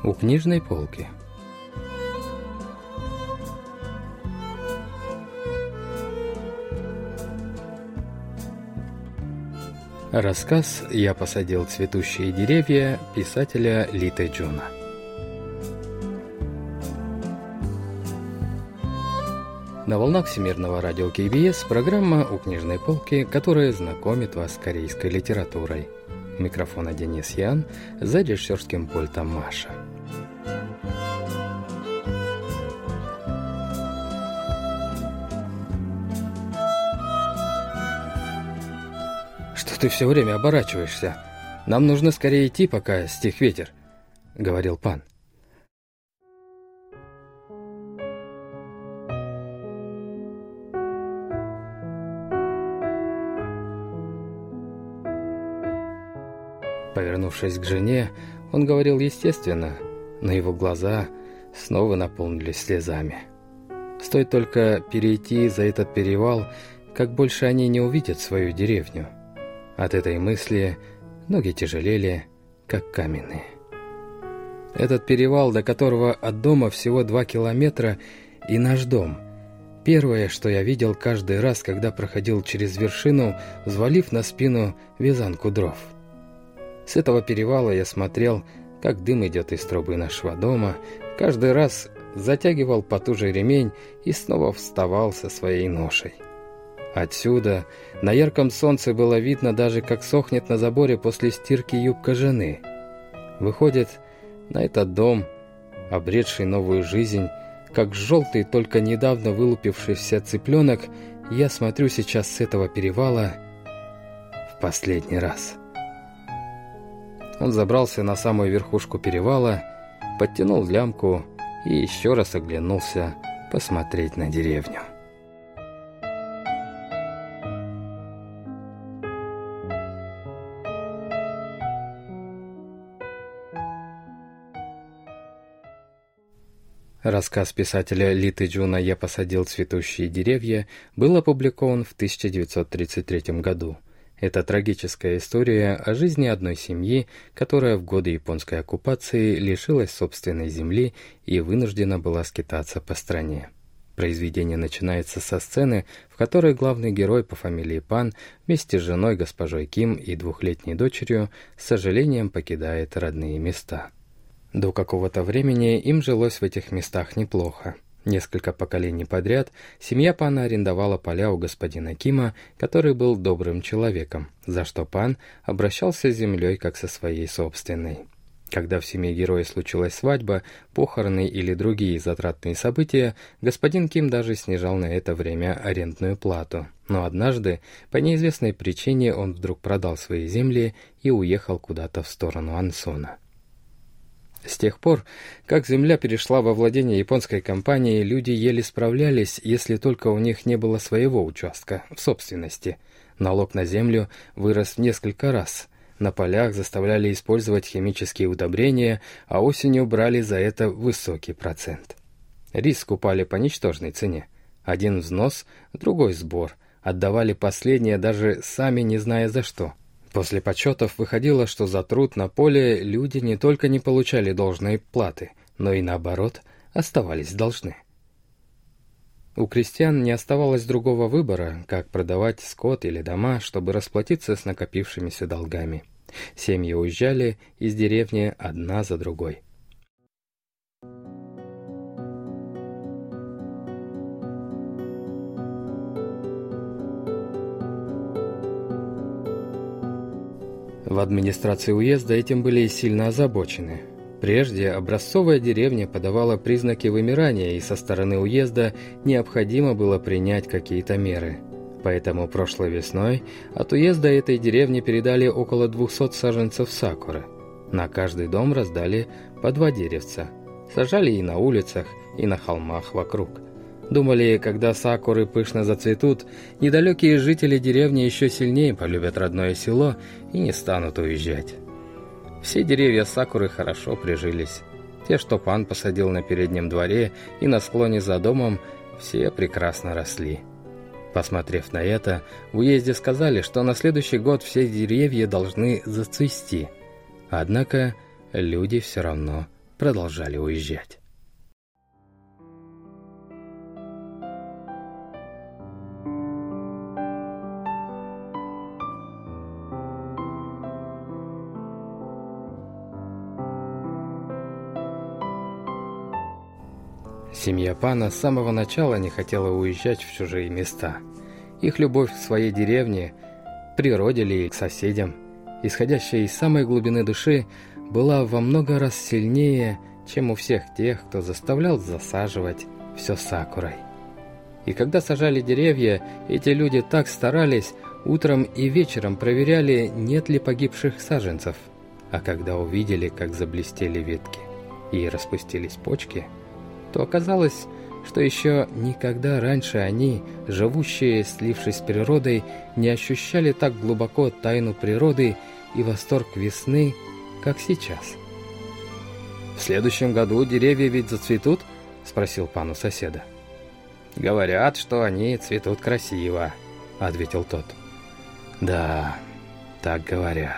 У книжной полки. Рассказ «Я посадил цветущие деревья» писателя Ли Тэджуна. На волнах Всемирного радио КБС программа «У книжной полки», которая знакомит вас с корейской литературой. У микрофона Денис Ян, за режиссерским пультом Маша. «Что ты все время оборачиваешься? Нам нужно скорее идти, пока стих ветер», — говорил Пан. Повернувшись к жене, он говорил естественно, но его глаза снова наполнились слезами. Стоит только перейти за этот перевал, как больше они не увидят свою деревню. От этой мысли ноги тяжелели, как каменные. Этот перевал, до которого от дома всего 2 километра, и наш дом. Первое, что я видел каждый раз, когда проходил через вершину, взвалив на спину вязанку дров. С этого перевала я смотрел, как дым идет из трубы нашего дома, каждый раз затягивал потуже ремень и снова вставал со своей ношей. Отсюда на ярком солнце было видно даже, как сохнет на заборе после стирки юбка жены. Выходит, на этот дом, обретший новую жизнь, как желтый, только недавно вылупившийся цыпленок, я смотрю сейчас с этого перевала в последний раз. Он забрался на самую верхушку перевала, подтянул лямку и еще раз оглянулся посмотреть на деревню. Рассказ писателя Ли Тэджуна «Я посадил цветущие деревья» был опубликован в 1933 году. Это трагическая история о жизни одной семьи, которая в годы японской оккупации лишилась собственной земли и вынуждена была скитаться по стране. Произведение начинается со сцены, в которой главный герой по фамилии Пан вместе с женой госпожой Ким и 2-летней дочерью с сожалением покидает родные места. До какого-то времени им жилось в этих местах неплохо. Несколько поколений подряд семья Пана арендовала поля у господина Кима, который был добрым человеком, за что Пан обращался с землей как со своей собственной. Когда в семье героя случилась свадьба, похороны или другие затратные события, господин Ким даже снижал на это время арендную плату. Но однажды, по неизвестной причине, он вдруг продал свои земли и уехал куда-то в сторону Ансона. С тех пор, как земля перешла во владение японской компании, люди еле справлялись, если только у них не было своего участка в собственности. Налог на землю вырос в несколько раз. На полях заставляли использовать химические удобрения, а осенью брали за это высокий процент. Рис скупали по ничтожной цене. Один взнос, другой сбор. Отдавали последнее, даже сами не зная за что. После подсчетов выходило, что за труд на поле люди не только не получали должной платы, но и наоборот оставались должны. У крестьян не оставалось другого выбора, как продавать скот или дома, чтобы расплатиться с накопившимися долгами. Семьи уезжали из деревни одна за другой. В администрации уезда этим были сильно озабочены. Прежде образцовая деревня подавала признаки вымирания, и со стороны уезда необходимо было принять какие-то меры. Поэтому прошлой весной от уезда этой деревни передали около 200 саженцев сакуры. На каждый дом раздали по 2 деревца. Сажали и на улицах, и на холмах вокруг. Думали, когда сакуры пышно зацветут, недалекие жители деревни еще сильнее полюбят родное село и не станут уезжать. Все деревья сакуры хорошо прижились. Те, что Пан посадил на переднем дворе и на склоне за домом, все прекрасно росли. Посмотрев на это, в уезде сказали, что на следующий год все деревья должны зацвести. Однако люди все равно продолжали уезжать. Семья Пана с самого начала не хотела уезжать в чужие места. Их любовь к своей деревне, природе ли и к соседям, исходящая из самой глубины души, была во много раз сильнее, чем у всех тех, кто заставлял засаживать все сакурой. И когда сажали деревья, эти люди так старались, утром и вечером проверяли, нет ли погибших саженцев. А когда увидели, как заблестели ветки и распустились почки, то оказалось, что еще никогда раньше они, живущие, слившись с природой, не ощущали так глубоко тайну природы и восторг весны, как сейчас. «В следующем году деревья ведь зацветут?» — спросил Пан у соседа. «Говорят, что они цветут красиво», — ответил тот. «Да, так говорят».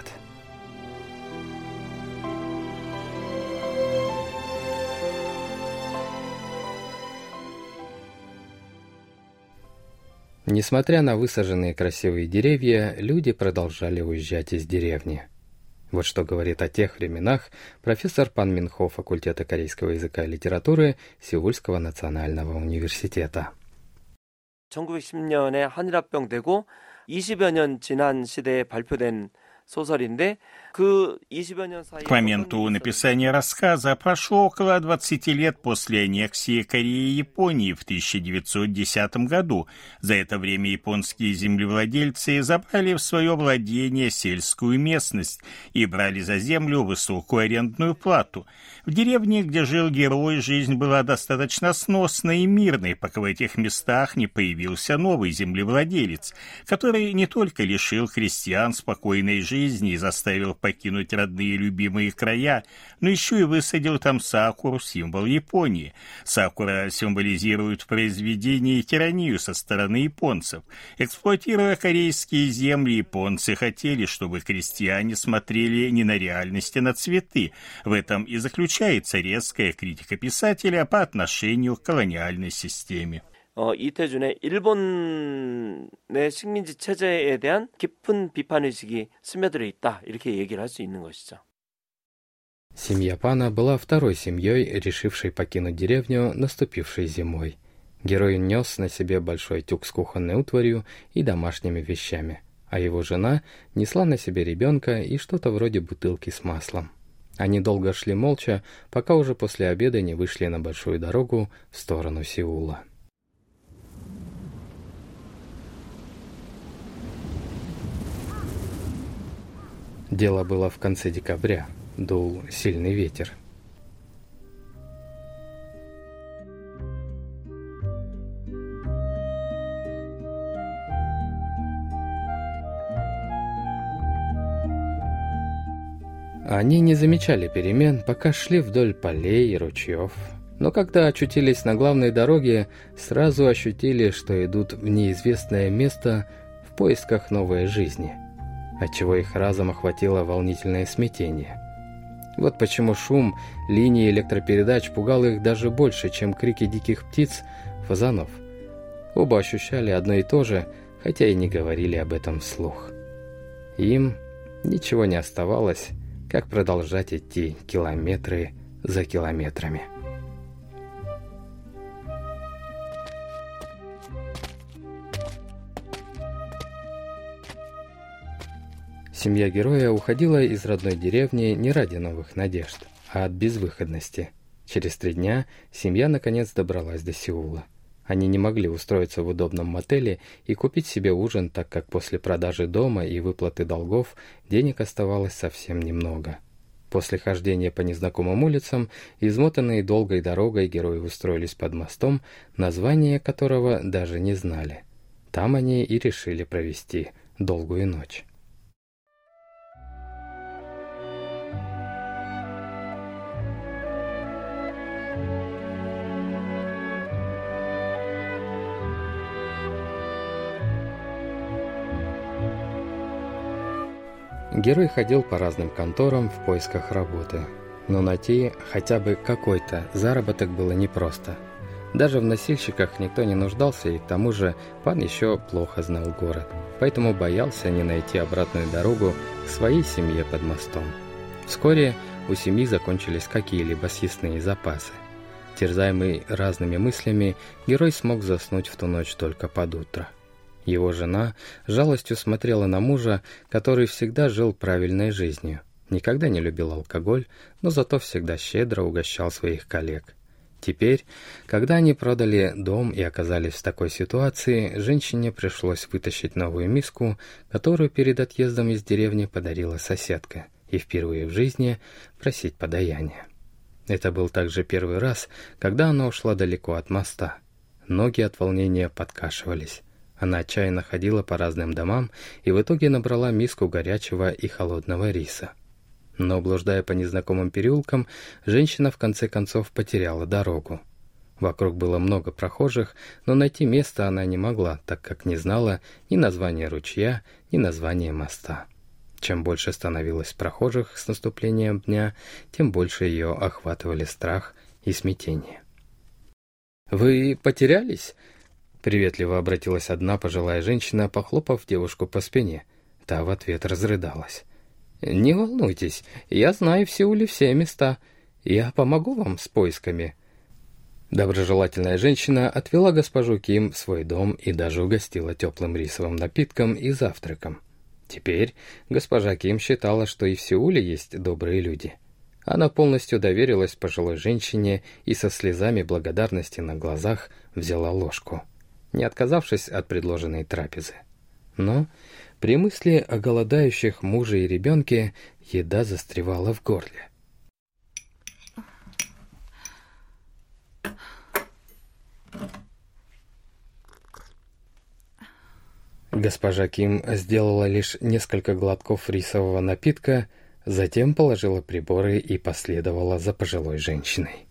Несмотря на высаженные красивые деревья, люди продолжали уезжать из деревни. Вот что говорит о тех временах профессор Пан Мин Хо факультета корейского языка и литературы Сеульского национального университета. 1910년에 한일합병되고 20여 년 지난 시대에 발표된 소설인데 그 20여 년 사이에 К моменту написания рассказа прошло около 20 лет после аннексии Кореи и Японии в 1910 году. За это время японские землевладельцы забрали в свое владение сельскую местность и брали за землю высокую арендную плату. В деревне, где жил герой, жизнь была достаточно сносной и мирной, пока в этих местах не появился новый землевладелец, который не только лишил крестьян спокойной жизни и заставил покинуть родные и любимые края, но еще и высадил там сакуру, символ Японии. Сакура символизирует в произведении тиранию со стороны японцев. Эксплуатируя корейские земли, японцы хотели, чтобы крестьяне смотрели не на реальности, а на цветы. В этом и заключается резкая критика писателя по отношению к колониальной системе. 이태준의 일본의 식민지 체제에 대한 깊은 비판의식이 스며들어 있다. 이렇게 얘기를 할 수 있는 것이죠. Семья Пана была второй семьей, решившей покинуть деревню наступившей зимой. Герой нес на себе большой тюк с кухонной утварью и домашними вещами, а его жена несла на себе ребенка и что-то вроде бутылки с маслом. Они долго шли молча, пока уже после обеда не вышли на большую дорогу в сторону Сеула. Дело было в конце декабря, дул сильный ветер. Они не замечали перемен, пока шли вдоль полей и ручьев. Но когда очутились на главной дороге, сразу ощутили, что идут в неизвестное место в поисках новой жизни, отчего их разом охватило волнительное смятение. Вот почему шум линии электропередач пугал их даже больше, чем крики диких птиц, фазанов. Оба ощущали одно и то же, хотя и не говорили об этом вслух. Им ничего не оставалось, как продолжать идти километры за километрами. Семья героя уходила из родной деревни не ради новых надежд, а от безвыходности. Через 3 дня семья наконец добралась до Сеула. Они не могли устроиться в удобном мотеле и купить себе ужин, так как после продажи дома и выплаты долгов денег оставалось совсем немного. После хождения по незнакомым улицам, измотанные долгой дорогой, герои устроились под мостом, название которого даже не знали. Там они и решили провести долгую ночь. Герой ходил по разным конторам в поисках работы. Но найти хотя бы какой-то заработок было непросто. Даже в носильщиках никто не нуждался, и к тому же пан еще плохо знал город, поэтому боялся не найти обратную дорогу к своей семье под мостом. Вскоре у семьи закончились какие-либо съестные запасы. Терзаемый разными мыслями, герой смог заснуть в ту ночь только под утро. Его жена с жалостью смотрела на мужа, который всегда жил правильной жизнью, никогда не любил алкоголь, но зато всегда щедро угощал своих коллег. Теперь, когда они продали дом и оказались в такой ситуации, женщине пришлось вытащить новую миску, которую перед отъездом из деревни подарила соседка, и впервые в жизни просить подаяния. Это был также первый раз, когда она ушла далеко от моста. Ноги от волнения подкашивались. Она отчаянно ходила по разным домам и в итоге набрала миску горячего и холодного риса. Но, блуждая по незнакомым переулкам, женщина в конце концов потеряла дорогу. Вокруг было много прохожих, но найти место она не могла, так как не знала ни названия ручья, ни названия моста. Чем больше становилось прохожих с наступлением дня, тем больше ее охватывали страх и смятение. «Вы потерялись?» — приветливо обратилась одна пожилая женщина, похлопав девушку по спине. Та в ответ разрыдалась. «Не волнуйтесь, я знаю в Сеуле все места. Я помогу вам с поисками». Доброжелательная женщина отвела госпожу Ким в свой дом и даже угостила теплым рисовым напитком и завтраком. Теперь госпожа Ким считала, что и в Сеуле есть добрые люди. Она полностью доверилась пожилой женщине и со слезами благодарности на глазах взяла ложку, не отказавшись от предложенной трапезы. Но при мысли о голодающих муже и ребенке еда застревала в горле. Госпожа Ким сделала лишь несколько глотков рисового напитка, затем положила приборы и последовала за пожилой женщиной.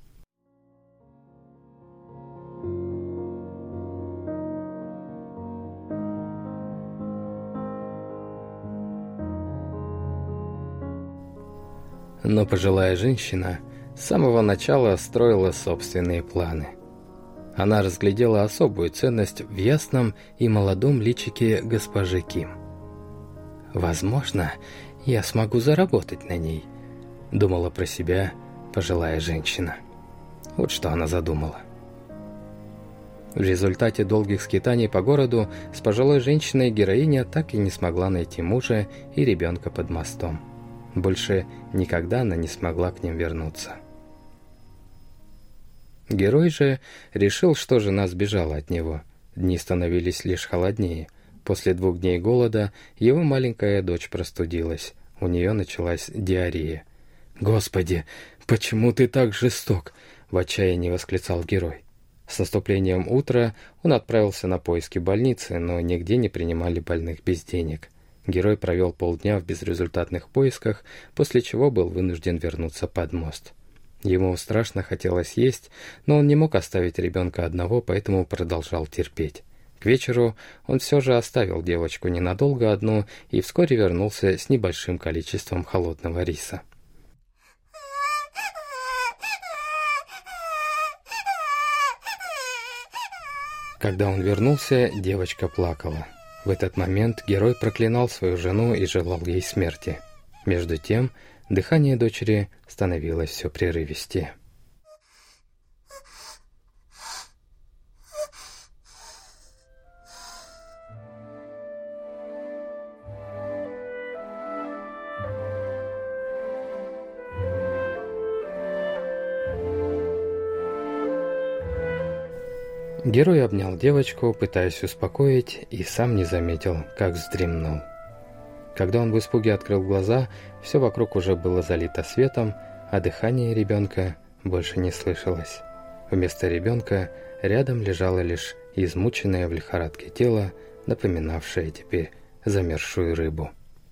Но пожилая женщина с самого начала строила собственные планы. Она разглядела особую ценность в ясном и молодом личике госпожи Ким. «Возможно, я смогу заработать на ней», — думала про себя пожилая женщина. Вот что она задумала. В результате долгих скитаний по городу с пожилой женщиной героиня так и не смогла найти мужа и ребенка под мостом. Больше никогда она не смогла к ним вернуться. Герой же решил, что жена сбежала от него. Дни становились лишь холоднее. После 2 дней голода его маленькая дочь простудилась. У нее началась диарея. «Господи, почему ты так жесток?» — в отчаянии восклицал герой. С наступлением утра он отправился на поиски больницы, но нигде не принимали больных без денег. Герой провел полдня в безрезультатных поисках, после чего был вынужден вернуться под мост. Ему страшно хотелось есть, но он не мог оставить ребенка одного, поэтому продолжал терпеть. К вечеру он все же оставил девочку ненадолго одну и вскоре вернулся с небольшим количеством холодного риса. Когда он вернулся, девочка плакала. В этот момент герой проклинал свою жену и желал ей смерти. Между тем, дыхание дочери становилось все прерывистее. Герой обнял девочку, пытаясь успокоить, и сам не заметил, как вздремнул. Когда он в испуге открыл глаза, все вокруг уже было залито светом, а дыхание ребенка больше не слышалось. Вместо ребенка рядом лежало лишь измученное в лихорадке тело, напоминавшее теперь замерзшую рыбу.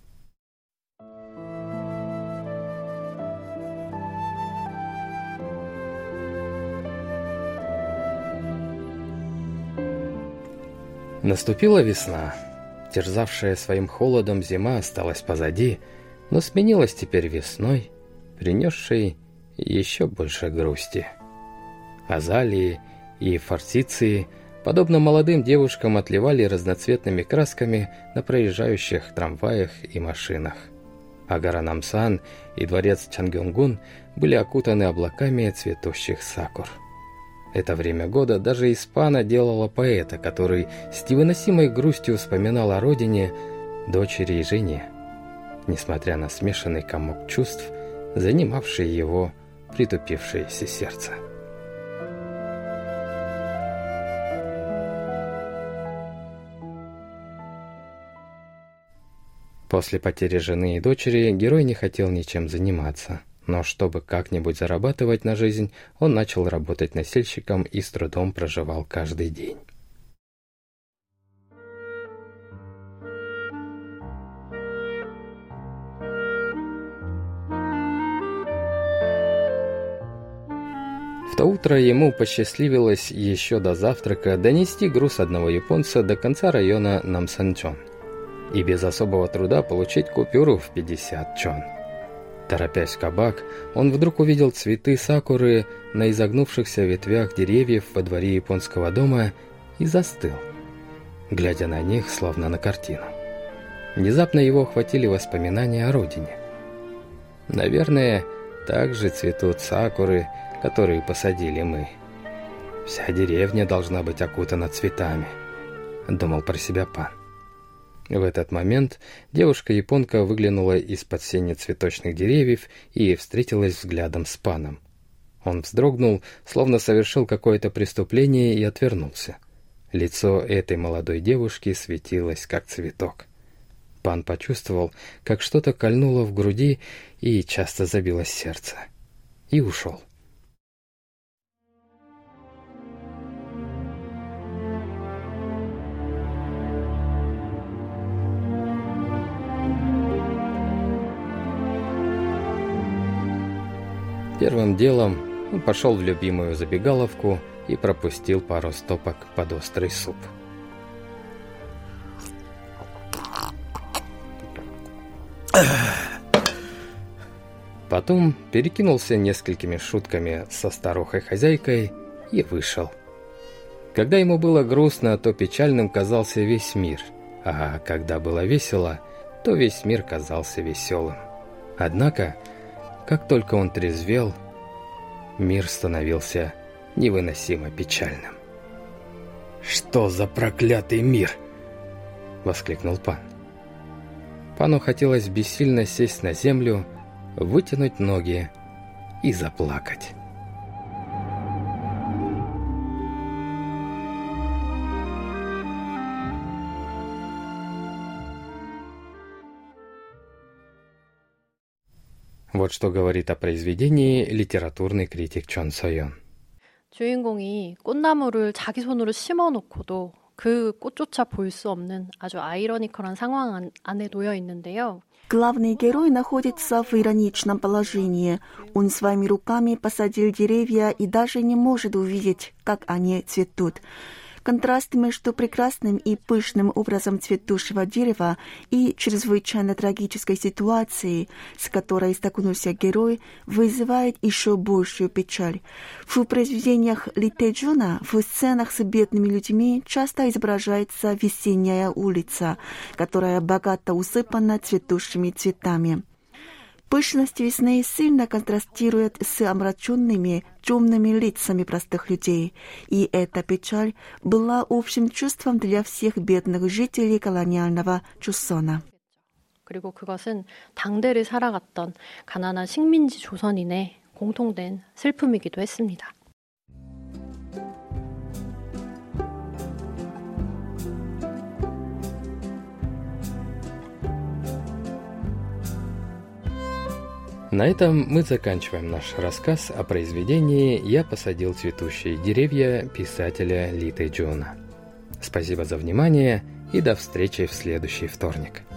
Наступила весна. Терзавшая своим холодом зима осталась позади, но сменилась теперь весной, принесшей еще больше грусти. Азалии и форсиции, подобно молодым девушкам, отливали разноцветными красками на проезжающих трамваях и машинах. А гора Намсан и дворец Чангёнгун были окутаны облаками цветущих сакур. Это время года даже из Пана делало поэта, который с невыносимой грустью вспоминал о родине, дочери и жене, несмотря на смешанный комок чувств, занимавший его притупившееся сердце. После потери жены и дочери герой не хотел ничем заниматься, но чтобы как-нибудь зарабатывать на жизнь, он начал работать носильщиком и с трудом проживал каждый день. В то утро ему посчастливилось еще до завтрака донести груз одного японца до конца района Намсанчон и без особого труда получить купюру в 50 чон. Торопясь в кабак, он вдруг увидел цветы сакуры на изогнувшихся ветвях деревьев во дворе японского дома и застыл, глядя на них, словно на картину. Внезапно его охватили воспоминания о родине. Наверное, так же цветут сакуры, которые посадили мы. Вся деревня должна быть окутана цветами, думал про себя Пан. В этот момент девушка-японка выглянула из-под сени цветочных деревьев и встретилась взглядом с Паном. Он вздрогнул, словно совершил какое-то преступление, и отвернулся. Лицо этой молодой девушки светилось, как цветок. Пан почувствовал, как что-то кольнуло в груди и часто забилось сердце. И ушел. Первым делом он пошел в любимую забегаловку и пропустил пару стопок под острый суп. Потом перекинулся несколькими шутками со старухой-хозяйкой и вышел. Когда ему было грустно, то печальным казался весь мир, а когда было весело, то весь мир казался веселым. Однако, как только он трезвел, мир становился невыносимо печальным. «Что за проклятый мир?» — воскликнул Пан. Пану хотелось бессильно сесть на землю, вытянуть ноги и заплакать. Вот что говорит о произведении литературный критик Чон Со-연. 주인공이 꽃나무를 자기 손으로 심어놓고도 그 꽃조차 볼 수 없는 아주 아이러니컬한 상황 안에 놓여 있는데요. Главный герой находится в ироничном положении. Он своими руками посадил деревья и даже не может увидеть, как они цветут. Контраст между прекрасным и пышным образом цветущего дерева и чрезвычайно трагической ситуацией, с которой столкнулся герой, вызывает еще большую печаль. В произведениях Ли Тэ-джуна в сценах с бедными людьми часто изображается весенняя улица, которая богато усыпана цветущими цветами. Пышность весны сильно контрастирует с омраченными, темными лицами простых людей, и эта печаль была общим чувством для всех бедных жителей колониального Чосона. 그리고 그것은 당대를 살아갔던 가난한 식민지 조선인의 공통된 슬픔이기도 했습니다. На этом мы заканчиваем наш рассказ о произведении «Я посадил цветущие деревья» писателя Ли Тэ-джуна. Спасибо за внимание и до встречи в следующий вторник.